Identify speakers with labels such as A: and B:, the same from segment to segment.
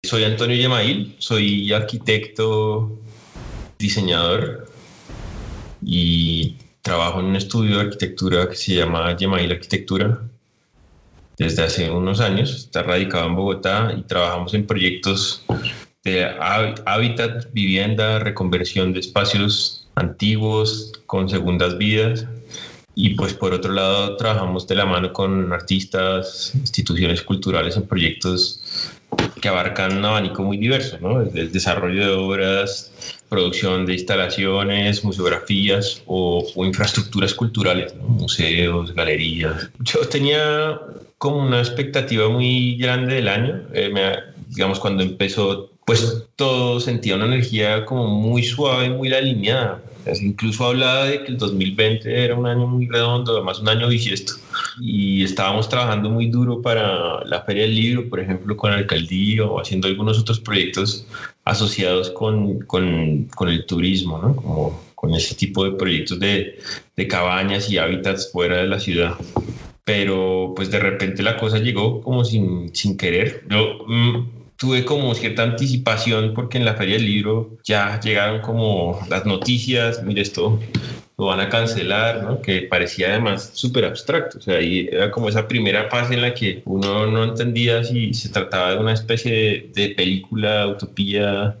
A: Soy Antonio Yemail, soy arquitecto, diseñador y trabajo en un estudio de arquitectura que se llama Yemail Arquitectura desde hace unos años. Está radicado en Bogotá y trabajamos en proyectos de hábitat, vivienda, reconversión de espacios antiguos con segundas vidas. Y pues por otro lado trabajamos de la mano con artistas, instituciones culturales en proyectos que abarcan un abanico muy diverso, ¿no? Desde el desarrollo de obras, producción de instalaciones, museografías o infraestructuras culturales, ¿no? Museos, galerías. Yo tenía como una expectativa muy grande del año. Digamos, cuando empezó, pues todo sentía una energía como muy suave, muy alineada. Incluso hablaba de que el 2020 era un año muy redondo, además un año bisiesto. Y estábamos trabajando muy duro para la Feria del Libro, por ejemplo, con la alcaldía o haciendo algunos otros proyectos asociados con el turismo, ¿no? Como con ese tipo de proyectos de cabañas y hábitats fuera de la ciudad. Pero pues de repente la cosa llegó como sin querer. Yo tuve como cierta anticipación porque en la Feria del Libro ya llegaron como las noticias, mire, esto lo van a cancelar, ¿no? Que parecía además súper abstracto. O sea, ahí era como esa primera fase en la que uno no entendía si se trataba de una especie de película, utopía,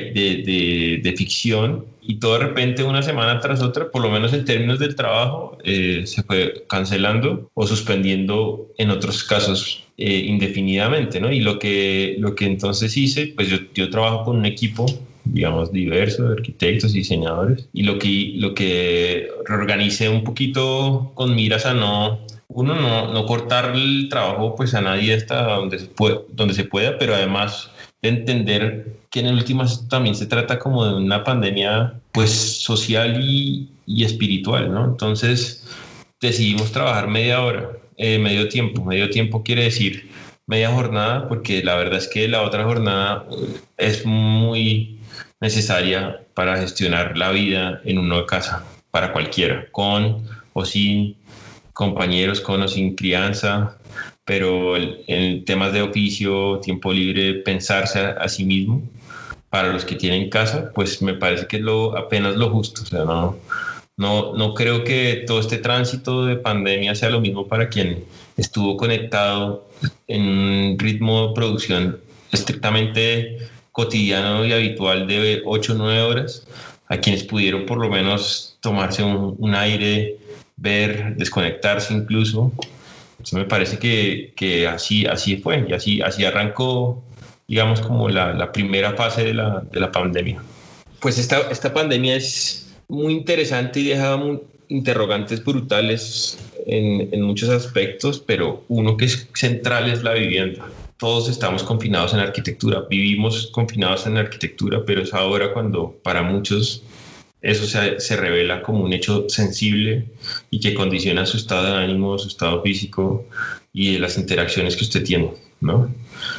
A: de ficción. Y todo de repente, una semana tras otra, por lo menos en términos del trabajo, se fue cancelando o suspendiendo en otros casos indefinidamente, ¿no? Y lo que entonces hice, pues yo trabajo con un equipo, digamos, diverso de arquitectos y diseñadores, y lo que reorganicé un poquito con miras a no cortar el trabajo pues a nadie hasta donde se pueda, pero además de entender que en últimas también se trata como de una pandemia pues social y espiritual, ¿no? Entonces decidimos trabajar media hora, medio tiempo quiere decir media jornada, porque la verdad es que la otra jornada es muy necesaria para gestionar la vida en una casa, para cualquiera, con o sin compañeros, con o sin crianza, pero en temas de oficio, tiempo libre, pensarse a sí mismo, para los que tienen casa, pues me parece que es apenas lo justo. O sea, no creo que todo este tránsito de pandemia sea lo mismo para quien estuvo conectado en un ritmo de producción estrictamente cotidiano y habitual de 8 o 9 horas, a quienes pudieron por lo menos tomarse un aire, ver, desconectarse incluso. Entonces me parece que así fue y así arrancó, digamos, como la primera fase de la pandemia. Pues esta pandemia es muy interesante y deja interrogantes brutales en muchos aspectos, pero uno que es central es la vivienda. Todos estamos confinados en arquitectura, vivimos confinados en arquitectura, pero es ahora cuando para muchos eso se revela como un hecho sensible y que condiciona su estado de ánimo, su estado físico y las interacciones que usted tiene, ¿no?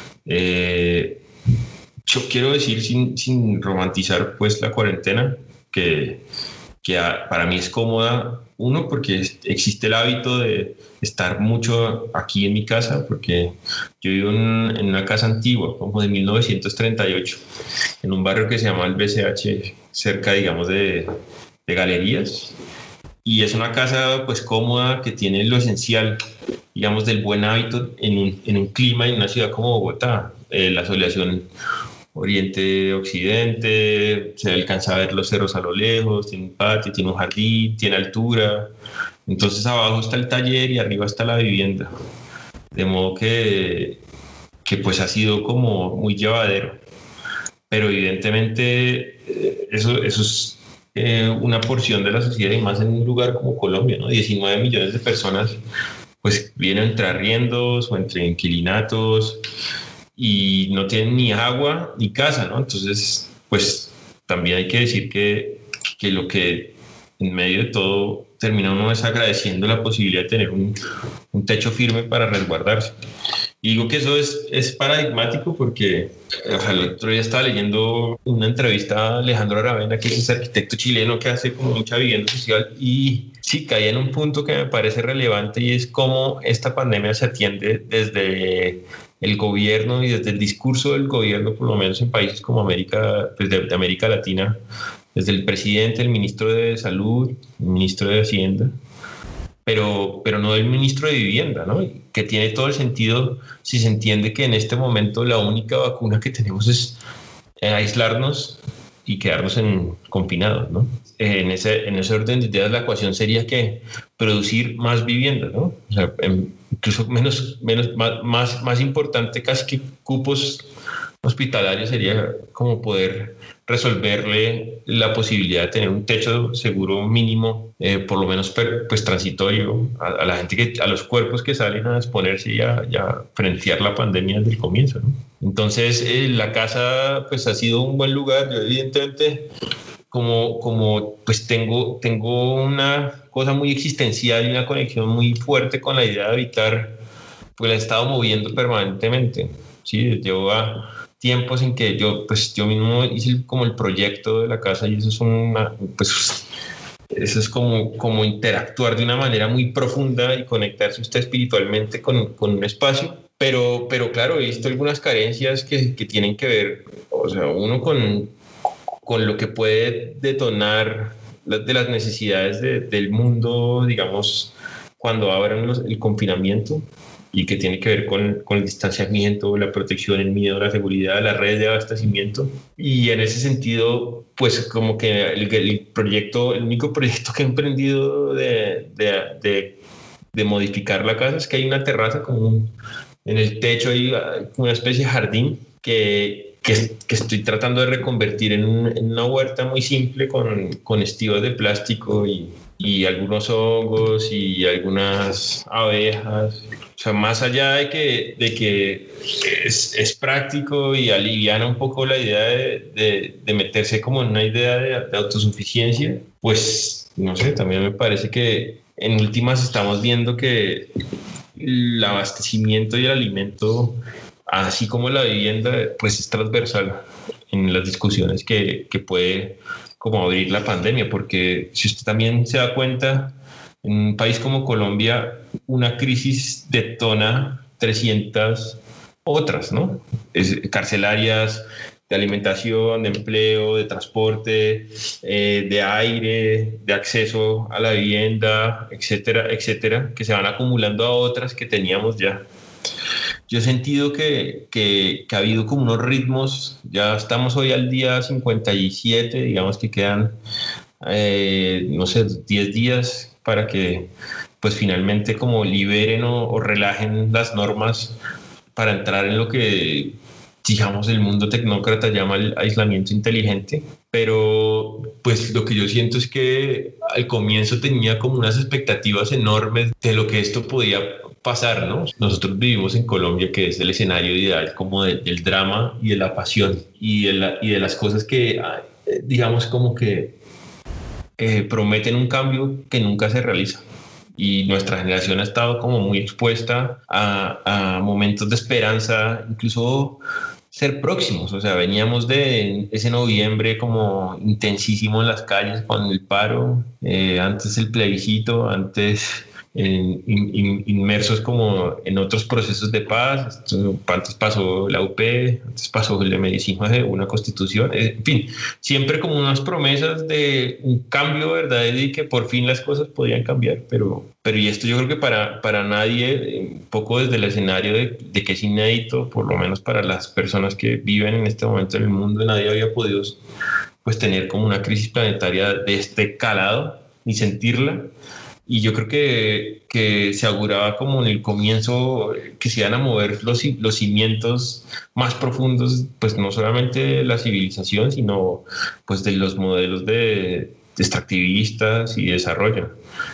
A: Yo quiero decir, sin romantizar pues la cuarentena, que para mí es cómoda, uno, porque existe el hábito de estar mucho aquí en mi casa, porque yo vivo en una casa antigua, como de 1938, en un barrio que se llama el BCH, cerca, digamos, de galerías, y es una casa pues cómoda que tiene lo esencial, digamos, del buen hábito en un clima en una ciudad como Bogotá. La soleación oriente-occidente, se alcanza a ver los cerros a lo lejos, tiene un patio, tiene un jardín, tiene altura. Entonces abajo está el taller y arriba está la vivienda. De modo que pues ha sido como muy llevadero. Pero evidentemente eso es una porción de la sociedad y más en un lugar como Colombia, ¿no? 19 millones de personas pues vienen entre arriendos o entre inquilinatos y no tienen ni agua ni casa, ¿no? Entonces, pues también hay que decir que lo que en medio de todo termina uno desagradeciendo la posibilidad de tener un techo firme para resguardarse. Y digo que eso es paradigmático porque el otro día estaba leyendo una entrevista a Alejandro Aravena, que es ese arquitecto chileno que hace como mucha vivienda social, y sí caía en un punto que me parece relevante y es cómo esta pandemia se atiende desde el gobierno y desde el discurso del gobierno, por lo menos en países como América, pues de América Latina, desde el presidente, el ministro de Salud, el ministro de Hacienda, pero no del ministro de Vivienda, ¿no? Que tiene todo el sentido si se entiende que en este momento la única vacuna que tenemos es aislarnos y quedarnos confinados, ¿no? En ese orden de ideas, la ecuación sería que producir más vivienda, ¿no? O sea, incluso más importante, casi que cupos hospitalarios, sería como poder resolverle la posibilidad de tener un techo seguro mínimo, por lo menos pues transitorio, a la gente, a los cuerpos que salen a exponerse y a frentear la pandemia desde el comienzo, ¿no? Entonces, la casa pues ha sido un buen lugar. Yo evidentemente como pues tengo una cosa muy existencial y una conexión muy fuerte con la idea de habitar, pues la he estado moviendo permanentemente, ¿sí? Llevo tiempos en que yo mismo hice como el proyecto de la casa, y eso es como interactuar de una manera muy profunda y conectarse usted espiritualmente con un espacio. Pero claro, he visto algunas carencias que tienen que ver, o sea, uno con lo que puede detonar de las necesidades del mundo, digamos, cuando abran el confinamiento, y que tiene que ver con el distanciamiento, la protección, el miedo, la seguridad, las redes de abastecimiento. Y en ese sentido, pues como que el único proyecto que he emprendido de modificar la casa es que hay una terraza en el techo, hay una especie de jardín que estoy tratando de reconvertir en una huerta muy simple con estivos de plástico y algunos hongos y algunas abejas. O sea, más allá de que es práctico y aliviana un poco la idea de meterse como en una idea de autosuficiencia, pues no sé, también me parece que en últimas estamos viendo que el abastecimiento y el alimento, así como la vivienda, pues es transversal en las discusiones que puede como abrir la pandemia, porque si usted también se da cuenta, en un país como Colombia, una crisis detona 300 otras, ¿no? Carcelarias, de alimentación, de empleo, de transporte, de aire, de acceso a la vivienda, etcétera, etcétera, que se van acumulando a otras que teníamos ya. Yo he sentido que ha habido como unos ritmos, ya estamos hoy al día 57, digamos que quedan, no sé, 10 días para que pues finalmente como liberen o relajen las normas para entrar en lo que, digamos, el mundo tecnócrata llama el aislamiento inteligente. Pero pues lo que yo siento es que al comienzo tenía como unas expectativas enormes de lo que esto podía pasar, ¿no? Nosotros vivimos en Colombia, que es el escenario ideal como del drama y de la pasión y de las cosas que, digamos, como que prometen un cambio que nunca se realiza. Y nuestra generación ha estado como muy expuesta a momentos de esperanza, incluso ser próximos. O sea, veníamos de ese noviembre como intensísimo en las calles con el paro, antes el plebiscito, antes inmersos como en otros procesos de paz. Antes pasó la UP, antes pasó el M19, una constitución, en fin, siempre como unas promesas de un cambio verdadero y que por fin las cosas podían cambiar, pero y esto yo creo que para nadie, un poco desde el escenario de que es inédito, por lo menos para las personas que viven en este momento en el mundo, nadie había podido pues tener como una crisis planetaria de este calado ni sentirla. Y yo creo que se auguraba como en el comienzo que se iban a mover los cimientos más profundos, pues no solamente de la civilización, sino pues de los modelos de extractivistas y desarrollo.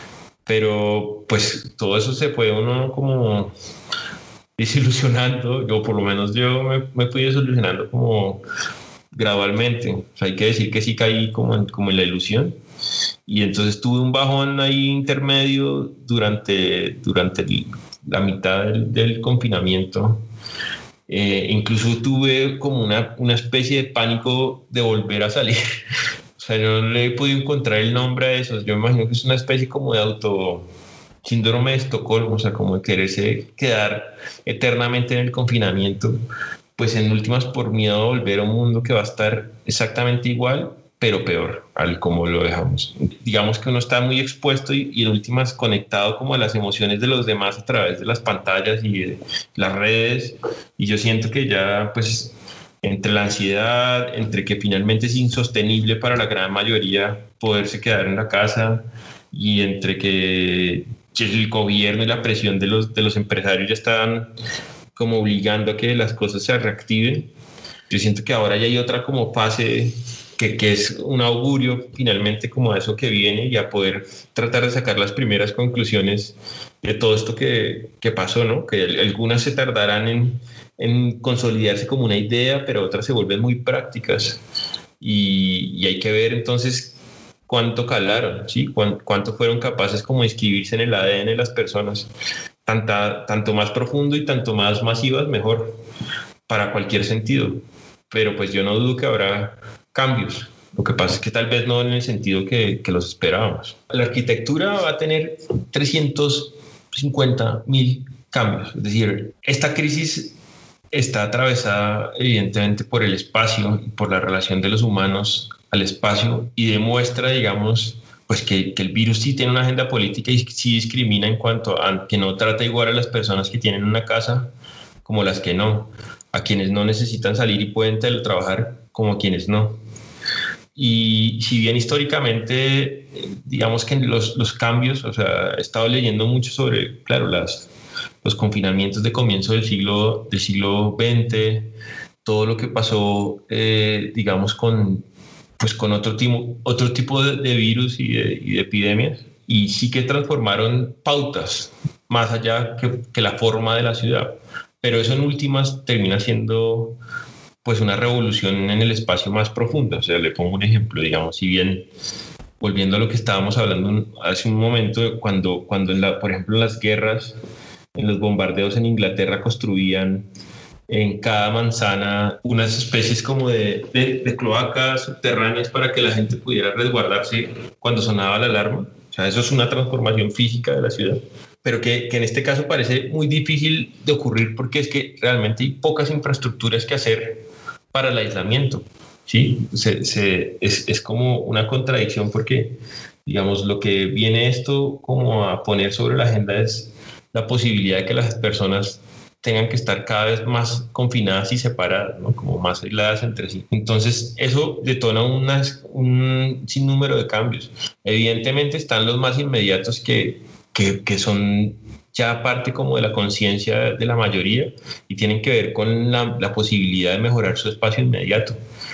A: Pero pues todo eso se fue uno como desilusionando, yo por lo menos yo me fui desilusionando como gradualmente. O sea, hay que decir que sí caí como en la ilusión. Y entonces tuve un bajón ahí intermedio durante la mitad del confinamiento. Incluso tuve como una especie de pánico de volver a salir. O sea, yo no le he podido encontrar el nombre a eso. Yo me imagino que es una especie como de síndrome de Estocolmo, o sea, como de quererse quedar eternamente en el confinamiento, pues en últimas por miedo a volver a un mundo que va a estar exactamente igual, pero peor al como lo dejamos. Digamos que uno está muy expuesto y en últimas conectado como a las emociones de los demás a través de las pantallas y de las redes, y yo siento que ya pues entre la ansiedad, entre que finalmente es insostenible para la gran mayoría poderse quedar en la casa, y entre que el gobierno y la presión de los empresarios ya están como obligando a que las cosas se reactiven. Yo siento que ahora ya hay otra como fase que es un augurio finalmente como a eso que viene y a poder tratar de sacar las primeras conclusiones de todo esto que pasó, ¿no? Que algunas se tardarán en consolidarse como una idea, pero otras se vuelven muy prácticas y hay que ver entonces cuánto calaron, ¿sí? Cuánto fueron capaces como de inscribirse en el ADN de las personas, tanto más profundo y tanto más masivas, mejor, para cualquier sentido. Pero pues yo no dudo que habrá cambios. Lo que pasa es que tal vez no en el sentido que los esperábamos. La arquitectura va a tener 350.000 cambios. Es decir, esta crisis está atravesada evidentemente por el espacio y por la relación de los humanos al espacio, y demuestra, digamos, pues que el virus sí tiene una agenda política y sí discrimina en cuanto a que no trata igual a las personas que tienen una casa como las que no, a quienes no necesitan salir y pueden teletrabajar como a quienes no. Y si bien históricamente, digamos que los cambios, o sea, he estado leyendo mucho sobre, claro, los confinamientos de comienzo del siglo XX, todo lo que pasó, digamos, con otro tipo de virus y de epidemias, y sí que transformaron pautas más allá que la forma de la ciudad. Pero eso en últimas termina siendo pues una revolución en el espacio más profundo. O sea, le pongo un ejemplo, digamos, si bien volviendo a lo que estábamos hablando hace un momento, cuando por ejemplo, en las guerras, en los bombardeos en Inglaterra construían en cada manzana unas especies como de cloacas subterráneas para que la gente pudiera resguardarse cuando sonaba la alarma. O sea, eso es una transformación física de la ciudad, pero que en este caso parece muy difícil de ocurrir porque es que realmente hay pocas infraestructuras que hacer para el aislamiento. ¿Sí? Es como una contradicción porque, digamos, lo que viene esto como a poner sobre la agenda es la posibilidad de que las personas tengan que estar cada vez más confinadas y separadas, ¿no? Como más aisladas entre sí. Entonces, eso detona un sinnúmero de cambios. Evidentemente están los más inmediatos que son ya parte como de la conciencia de la mayoría y tienen que ver con la posibilidad de mejorar su espacio inmediato.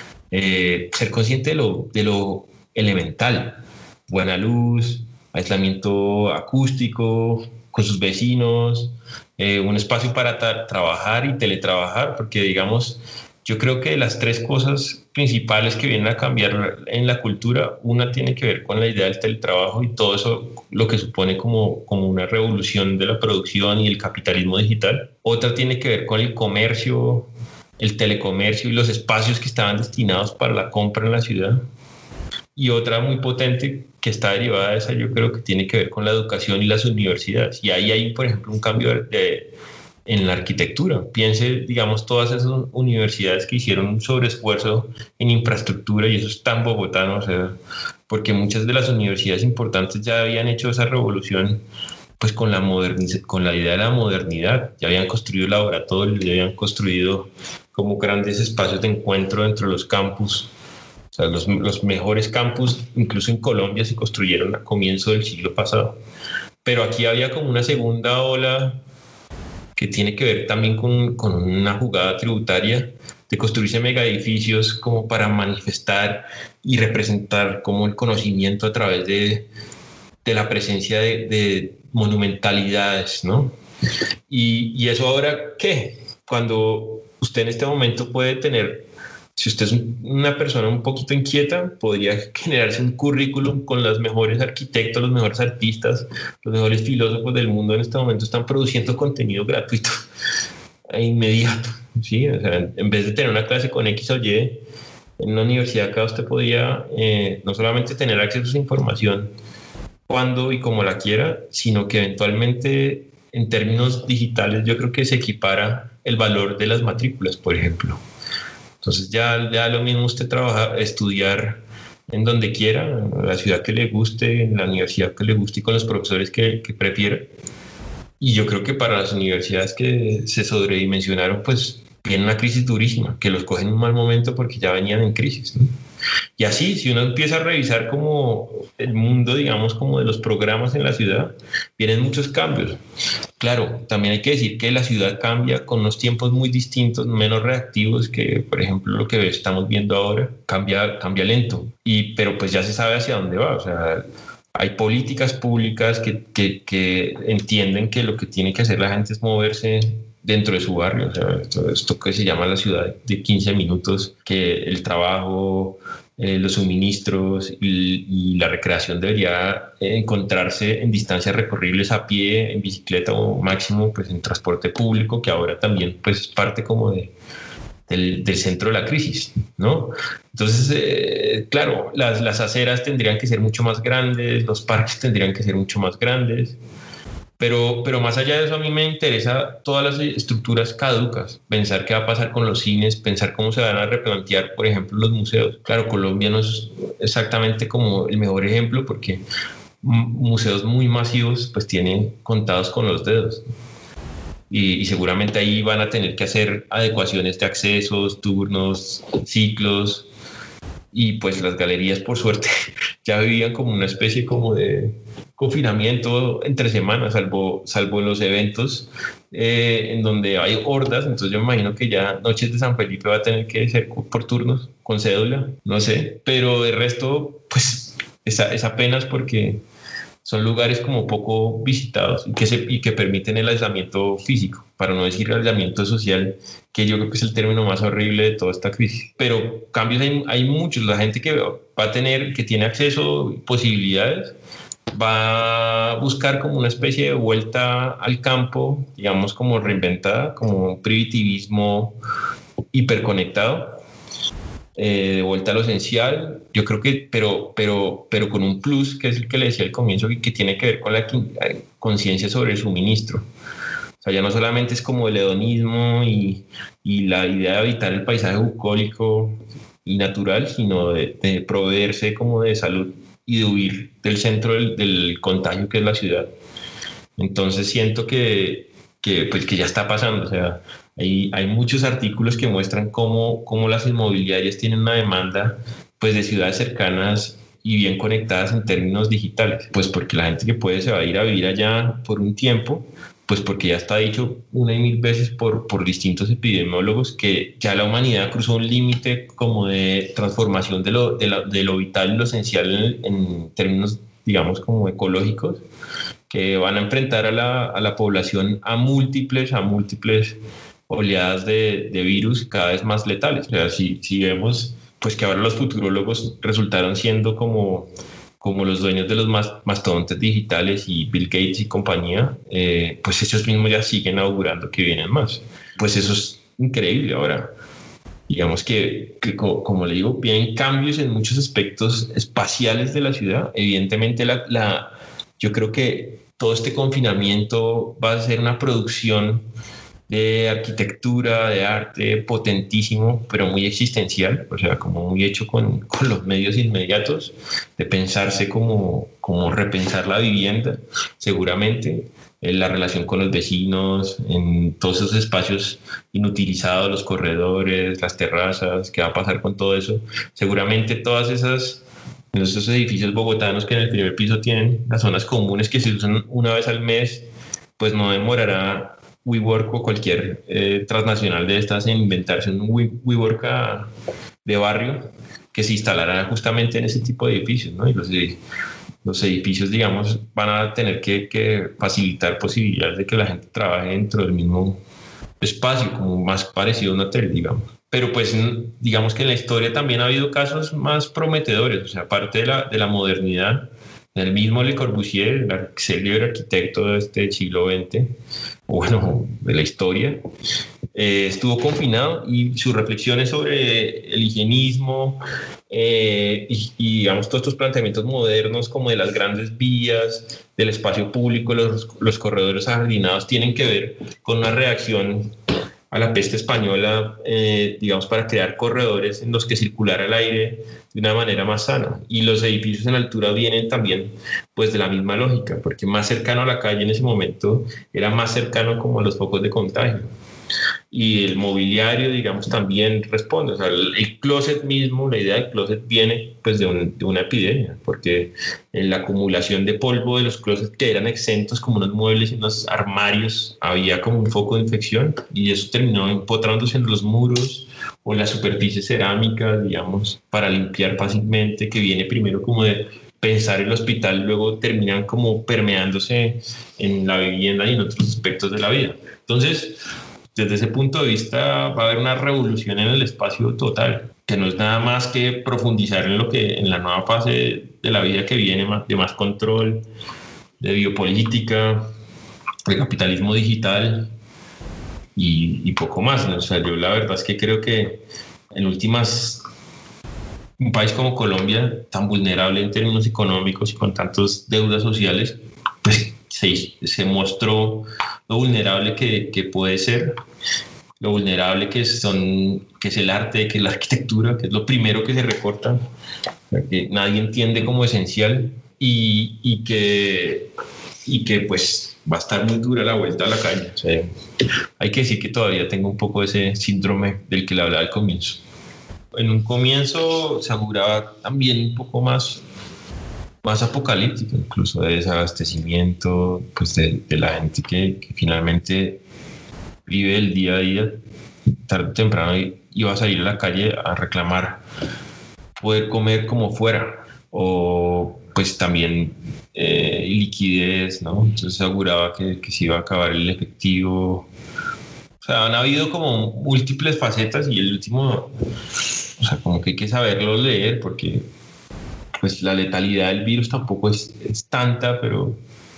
A: Ser consciente de lo elemental, buena luz, aislamiento acústico con sus vecinos, un espacio para trabajar y teletrabajar, porque digamos, yo creo que las tres cosas principales que vienen a cambiar en la cultura, una tiene que ver con la idea del teletrabajo y todo eso, lo que supone como una revolución de la producción y el capitalismo digital. Otra tiene que ver con el comercio, el telecomercio y los espacios que estaban destinados para la compra en la ciudad. Y otra muy potente que está derivada de esa, yo creo que tiene que ver con la educación y las universidades. Y ahí hay, por ejemplo, un cambio en la arquitectura. Piense, digamos, todas esas universidades que hicieron un sobreesfuerzo en infraestructura, y eso es tan bogotano, o sea, porque muchas de las universidades importantes ya habían hecho esa revolución pues con la idea de la modernidad. Ya habían construido laboratorios, ya habían construido como grandes espacios de encuentro dentro de los campus. O sea, los mejores campus, incluso en Colombia, se construyeron a comienzo del siglo pasado. Pero aquí había como una segunda ola que tiene que ver también con una jugada tributaria de construirse megaedificios como para manifestar y representar como el conocimiento a través de la presencia de monumentalidades, ¿no? Y eso ahora, ¿qué? Cuando usted en este momento puede tener, si usted es una persona un poquito inquieta, podría generarse un currículum con los mejores arquitectos, los mejores artistas, los mejores filósofos del mundo en este momento están produciendo contenido gratuito e inmediato, ¿sí? O sea, en vez de tener una clase con X o Y, en una universidad acá usted podía no solamente tener acceso a esa información cuando y como la quiera, sino que eventualmente en términos digitales yo creo que se equipara el valor de las matrículas, por ejemplo. Entonces ya lo mismo usted trabaja, estudiar en donde quiera, en la ciudad que le guste, en la universidad que le guste y con los profesores que prefiera. Y yo creo que para las universidades que se sobredimensionaron, pues viene una crisis durísima, que los cogen en un mal momento porque ya venían en crisis, ¿no? Y así, si uno empieza a revisar como el mundo, digamos, como de los programas en la ciudad, vienen muchos cambios. Claro, también hay que decir que la ciudad cambia con unos tiempos muy distintos, menos reactivos que, por ejemplo, lo que estamos viendo ahora, cambia lento, pero pues ya se sabe hacia dónde va, o sea, hay políticas públicas que entienden que lo que tiene que hacer la gente es moverse dentro de su barrio, o sea, esto que se llama la ciudad de 15 minutos, que el trabajo, los suministros y la recreación debería encontrarse en distancias recorribles a pie, en bicicleta o máximo pues en transporte público, que ahora también pues es parte como del centro de la crisis, ¿no? Entonces, claro, las aceras tendrían que ser mucho más grandes, los parques tendrían que ser mucho más grandes, pero más allá de eso, a mí me interesa todas las estructuras caducas, pensar qué va a pasar con los cines, pensar cómo se van a replantear, por ejemplo, los museos. Claro, Colombia no es exactamente como el mejor ejemplo porque museos muy masivos pues tienen contados con los dedos. Y seguramente ahí van a tener que hacer adecuaciones de accesos, turnos, ciclos, y pues las galerías por suerte ya vivían como una especie como de confinamiento entre semanas, salvo los eventos en donde hay hordas. Entonces yo me imagino que ya Noches de San Felipe va a tener que ser por turnos, con cédula, no sé, pero de resto pues es apenas porque son lugares como poco visitados y que permiten el aislamiento físico, para no decir aislamiento social, que yo creo que es el término más horrible de toda esta crisis. Pero cambios hay muchos. La gente que va a tener, que tiene acceso, posibilidades, va a buscar como una especie de vuelta al campo, digamos como reinventada, como un primitivismo hiperconectado, de vuelta a lo esencial. Yo creo que, pero con un plus, que es el que le decía al comienzo, que tiene que ver con la conciencia sobre el suministro. O sea, ya no solamente es como el hedonismo y la idea de habitar el paisaje bucólico y natural, sino de proveerse como de salud y de huir del centro del contagio que es la ciudad. Entonces siento que ya está pasando. O sea, hay muchos artículos que muestran cómo las inmobiliarias tienen una demanda pues de ciudades cercanas y bien conectadas en términos digitales, pues porque la gente que puede se va a ir a vivir allá por un tiempo, pues porque ya está dicho una y mil veces por distintos epidemiólogos que ya la humanidad cruzó un límite como de transformación de lo vital y lo esencial en términos, digamos, como ecológicos, que van a enfrentar a la población a múltiples oleadas de virus cada vez más letales. O sea, si vemos pues que ahora los futurólogos resultaron siendo como los dueños de los mastodontes digitales y Bill Gates y compañía, pues ellos mismos ya siguen augurando que vienen más. Pues eso es increíble. Ahora, digamos que como le digo, vienen cambios en muchos aspectos espaciales de la ciudad. Evidentemente, yo creo que todo este confinamiento va a ser una producción de arquitectura, de arte potentísimo, pero muy existencial, o sea, como muy hecho con los medios inmediatos, de pensarse como repensar la vivienda, seguramente, en la relación con los vecinos, en todos esos espacios inutilizados, los corredores, las terrazas, qué va a pasar con todo eso. Seguramente todas esos edificios bogotanos que en el primer piso tienen las zonas comunes que se usan una vez al mes, pues no demorará WeWork o cualquier transnacional de estas en inventarse un WeWork de barrio que se instalará justamente en ese tipo de edificios, ¿no? Y los edificios, digamos, van a tener que facilitar posibilidades de que la gente trabaje dentro del mismo espacio, como más parecido a un hotel, digamos. Pero pues digamos que en la historia también ha habido casos más prometedores, o sea, aparte de la modernidad. El mismo Le Corbusier, el célebre arquitecto de este siglo XX, o bueno, de la historia, estuvo confinado y sus reflexiones sobre el higienismo, y digamos todos estos planteamientos modernos como de las grandes vías, del espacio público, los corredores ajardinados, tienen que ver con una reacción a la peste española, digamos, para crear corredores en los que circulara el aire de una manera más sana. Y los edificios en altura vienen también pues de la misma lógica, porque más cercano a la calle en ese momento era más cercano como a los focos de contagio. Y el mobiliario, digamos, también responde. O sea, el closet mismo, la idea del closet viene pues de una epidemia, porque en la acumulación de polvo de los closets que eran exentos como unos muebles y unos armarios, había como un foco de infección y eso terminó empotrándose en los muros o en las superficies cerámicas, digamos, para limpiar fácilmente, que viene primero como de pensar el hospital, luego terminan como permeándose en la vivienda y en otros aspectos de la vida. Entonces, desde ese punto de vista va a haber una revolución en el espacio total, que no es nada más que profundizar en lo que en la nueva fase de la vida que viene, de más control, de biopolítica, de capitalismo digital y poco más, ¿no? O sea, yo la verdad es que creo que en últimas un país como Colombia, tan vulnerable en términos económicos y con tantas deudas sociales, pues se mostró lo vulnerable que puede ser, lo vulnerable que es el arte, que es la arquitectura, que es lo primero que se recorta, que nadie entiende como esencial y que pues va a estar muy dura la vuelta a la calle. O sea, hay que decir que todavía tengo un poco ese síndrome del que le hablaba al comienzo. En un comienzo se auguraba también un poco más apocalíptico, incluso de desabastecimiento, pues de la gente que finalmente vive el día a día, tarde o temprano iba a salir a la calle a reclamar poder comer como fuera, o pues también liquidez, ¿no? Entonces se aseguraba que se iba a acabar el efectivo. O sea, han habido como múltiples facetas y el último, o sea, como que hay que saberlo leer porque pues la letalidad del virus tampoco es tanta, pero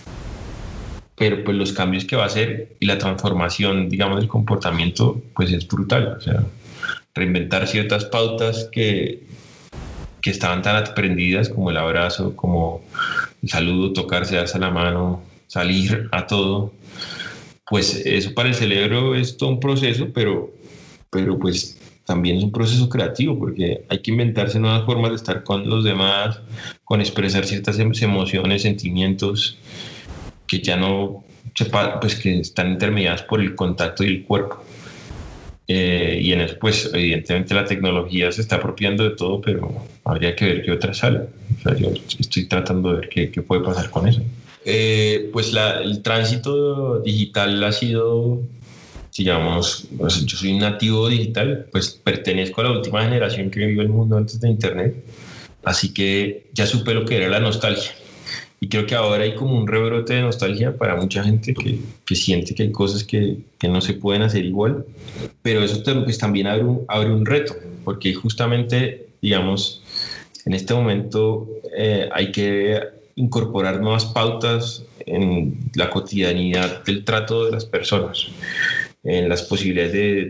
A: pues los cambios que va a hacer y la transformación, digamos, del comportamiento, pues es brutal. O sea, reinventar ciertas pautas que estaban tan aprendidas como el abrazo, como el saludo, tocarse, darse la mano, salir a todo, pues eso para el cerebro es todo un proceso, pero pues también es un proceso creativo porque hay que inventarse nuevas formas de estar con los demás, con expresar ciertas emociones, sentimientos que ya no pues que están intermediadas por el contacto y el cuerpo. Y en eso, pues, evidentemente la tecnología se está apropiando de todo, pero habría que ver qué otra sale. O sea, yo estoy tratando de ver qué puede pasar con eso. Pues el tránsito digital ha sido, digamos, pues, yo soy un nativo digital, pues pertenezco a la última generación que vivió el mundo antes de Internet, así que ya supe lo que era la nostalgia. Y creo que ahora hay como un rebrote de nostalgia para mucha gente que siente que hay cosas que no se pueden hacer igual, pero eso pues, también abre un reto, porque justamente, digamos, en este momento hay que incorporar nuevas pautas en la cotidianidad del trato de las personas, en las posibilidades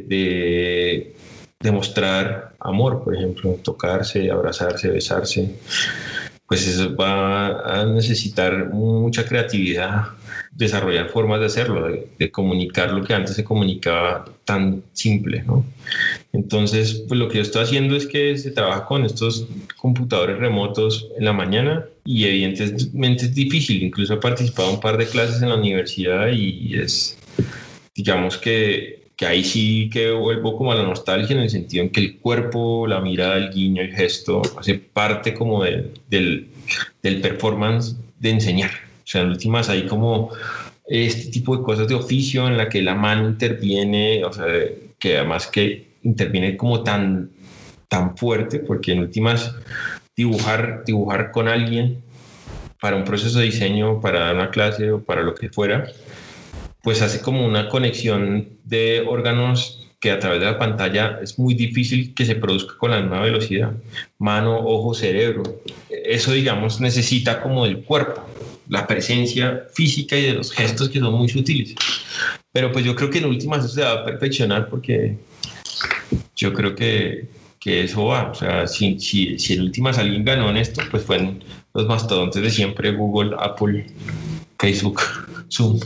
A: de demostrar amor, por ejemplo, tocarse, abrazarse, besarse. Pues eso va a necesitar mucha creatividad, desarrollar formas de hacerlo, de comunicar lo que antes se comunicaba tan simple, ¿no? Entonces, pues lo que yo estoy haciendo es que se trabaja con estos computadores remotos en la mañana y evidentemente es difícil. Incluso he participado en un par de clases en la universidad y es, digamos que ahí sí que vuelvo como a la nostalgia en el sentido en que el cuerpo, la mirada, el guiño, el gesto hace parte como del performance de enseñar. O sea, en últimas hay como este tipo de cosas de oficio en la que la mano interviene, o sea, que además que interviene como tan fuerte, porque en últimas dibujar con alguien para un proceso de diseño, para dar una clase o para lo que fuera, pues hace como una conexión de órganos que a través de la pantalla es muy difícil que se produzca con la misma velocidad. Mano, ojo, cerebro. Eso, digamos, necesita como del cuerpo, la presencia física y de los gestos que son muy sutiles. Pero pues yo creo que en últimas eso se va a perfeccionar porque yo creo que que eso va. O sea, si en últimas alguien ganó en esto, pues fueron los mastodontes de siempre, Google, Apple, Facebook, Zoom,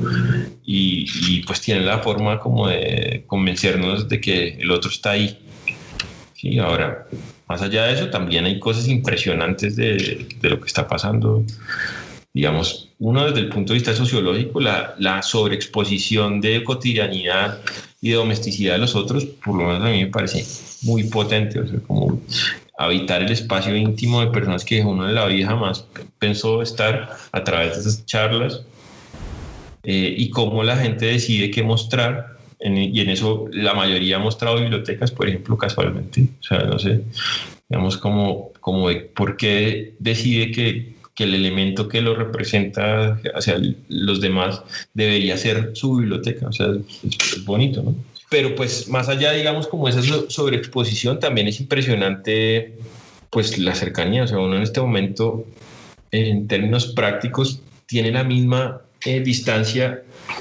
A: y pues tienen la forma como de convencernos de que el otro está ahí. Sí, ahora, más allá de eso, también hay cosas impresionantes de lo que está pasando. Digamos, uno desde el punto de vista sociológico, la sobreexposición de cotidianidad y de domesticidad de los otros, por lo menos a mí me parece muy potente. O sea, como habitar el espacio íntimo de personas que uno en la vida jamás pensó estar a través de esas charlas, y cómo la gente decide qué mostrar. Y en eso la mayoría ha mostrado bibliotecas, por ejemplo, casualmente. O sea, no sé, digamos, como de por qué decide que el elemento que lo representa hacia los demás debería ser su biblioteca. O sea, es bonito, ¿no? Pero pues más allá, digamos, como esa sobreexposición, también es impresionante pues la cercanía. O sea, uno en este momento, en términos prácticos, tiene la misma distancia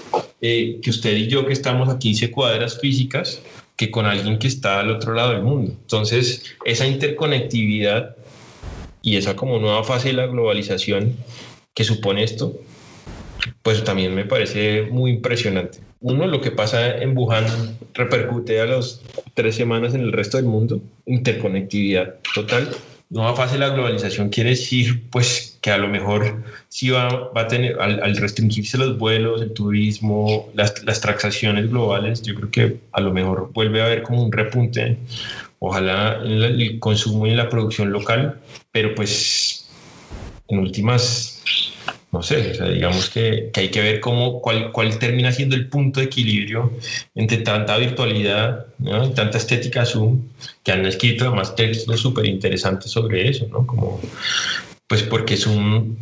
A: que usted y yo, que estamos a 15 cuadras físicas, que con alguien que está al otro lado del mundo. Entonces, esa interconectividad y esa como nueva fase de la globalización que supone esto, pues también me parece muy impresionante. Uno, lo que pasa en Wuhan repercute a las 3 semanas en el resto del mundo. Interconectividad total. Nueva fase de la globalización quiere decir pues que a lo mejor sí va a tener, al restringirse los vuelos, el turismo, las transacciones globales, yo creo que a lo mejor vuelve a haber como un repunte, ojalá en el consumo y en la producción local, pero pues en últimas, no sé, o sea, digamos que hay que ver cuál termina siendo el punto de equilibrio entre tanta virtualidad, ¿no? Y tanta estética Zoom, que han escrito además textos súper interesantes sobre eso, ¿no? Como, pues porque es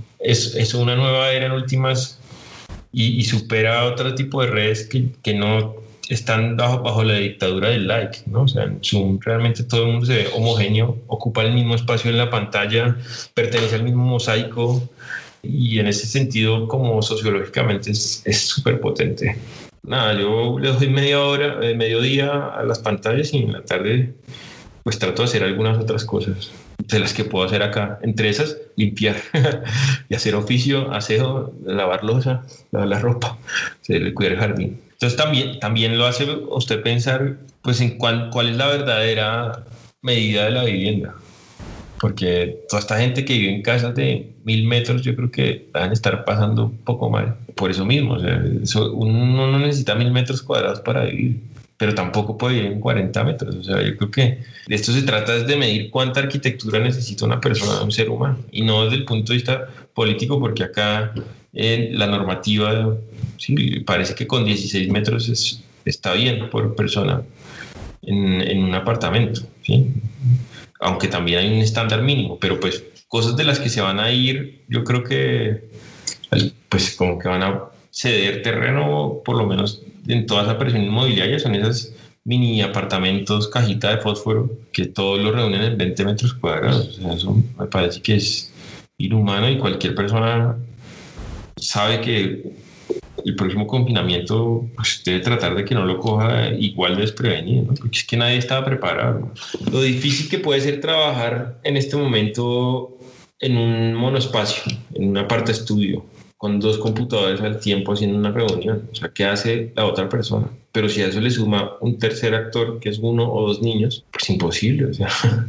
A: una nueva era en últimas, y supera otro tipo de redes que no están bajo la dictadura del like, ¿no? O sea, en Zoom realmente todo el mundo se ve homogéneo, ocupa el mismo espacio en la pantalla, pertenece al mismo mosaico. Y en ese sentido, como sociológicamente, es súper potente. Nada, yo le doy media hora, mediodía a las pantallas, y en la tarde pues trato de hacer algunas otras cosas de las que puedo hacer acá. Entre esas, limpiar y hacer oficio, aseo, lavar loza, lavar la ropa, cuidar el jardín. Entonces también lo hace usted pensar pues en cuál es la verdadera medida de la vivienda. Porque toda esta gente que vive en casas de 1.000 metros, yo creo que van a estar pasando un poco mal. Por eso mismo, o sea, uno no necesita 1.000 metros cuadrados para vivir, pero tampoco puede vivir en 40 metros. O sea, yo creo que de esto se trata es de medir cuánta arquitectura necesita una persona, un ser humano, y no desde el punto de vista político, porque acá la normativa, sí, parece que con 16 metros está bien por persona en un apartamento, ¿sí? Aunque también hay un estándar mínimo, pero pues cosas de las que se van a ir, yo creo que pues como que van a ceder terreno, por lo menos en toda esa presión inmobiliaria, son esas mini apartamentos, cajita de fósforo, que todos lo reúnen en 20 metros cuadrados. O sea, eso me parece que es inhumano, y cualquier persona sabe que el próximo confinamiento pues debe tratar de que no lo coja igual desprevenido, ¿no? Porque es que nadie estaba preparado. Lo difícil que puede ser trabajar en este momento en un monoespacio, en una parte estudio, con 2 computadores al tiempo haciendo una reunión. O sea, ¿qué hace la otra persona? Pero si a eso le suma un tercer actor, que es 1 o 2 niños, pues imposible. O sea,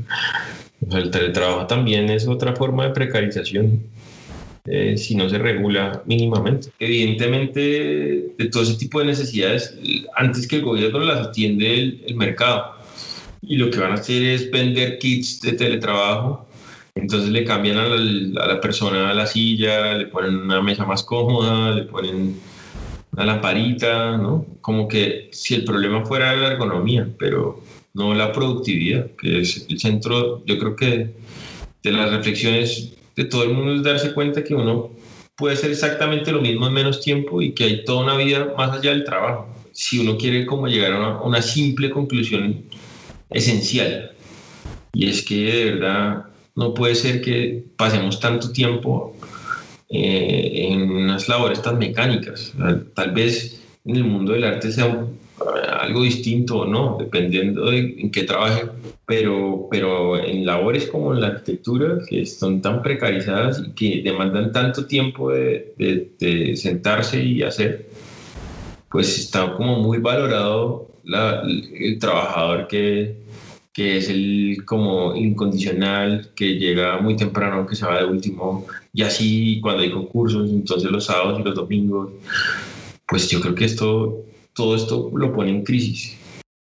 A: el teletrabajo también es otra forma de precarización. Si no se regula mínimamente. Evidentemente, de todo ese tipo de necesidades, antes que el gobierno las atiende el mercado, y lo que van a hacer es vender kits de teletrabajo. Entonces le cambian a la persona la silla, le ponen una mesa más cómoda, le ponen una lamparita, ¿no? Como que si el problema fuera la ergonomía, pero no la productividad, que es el centro, yo creo que de las reflexiones de todo el mundo, es darse cuenta que uno puede hacer exactamente lo mismo en menos tiempo, y que hay toda una vida más allá del trabajo. Si uno quiere como llegar a una simple conclusión esencial, y es que de verdad no puede ser que pasemos tanto tiempo en unas labores tan mecánicas. Tal vez en el mundo del arte sea algo distinto o no, dependiendo de en qué trabaje, pero en labores como en la arquitectura, que son tan precarizadas y que demandan tanto tiempo de sentarse y hacer, pues está como muy valorado el trabajador que es el como incondicional, que llega muy temprano, que se va de último, y así cuando hay concursos, entonces los sábados y los domingos, pues yo creo que todo esto lo pone en crisis.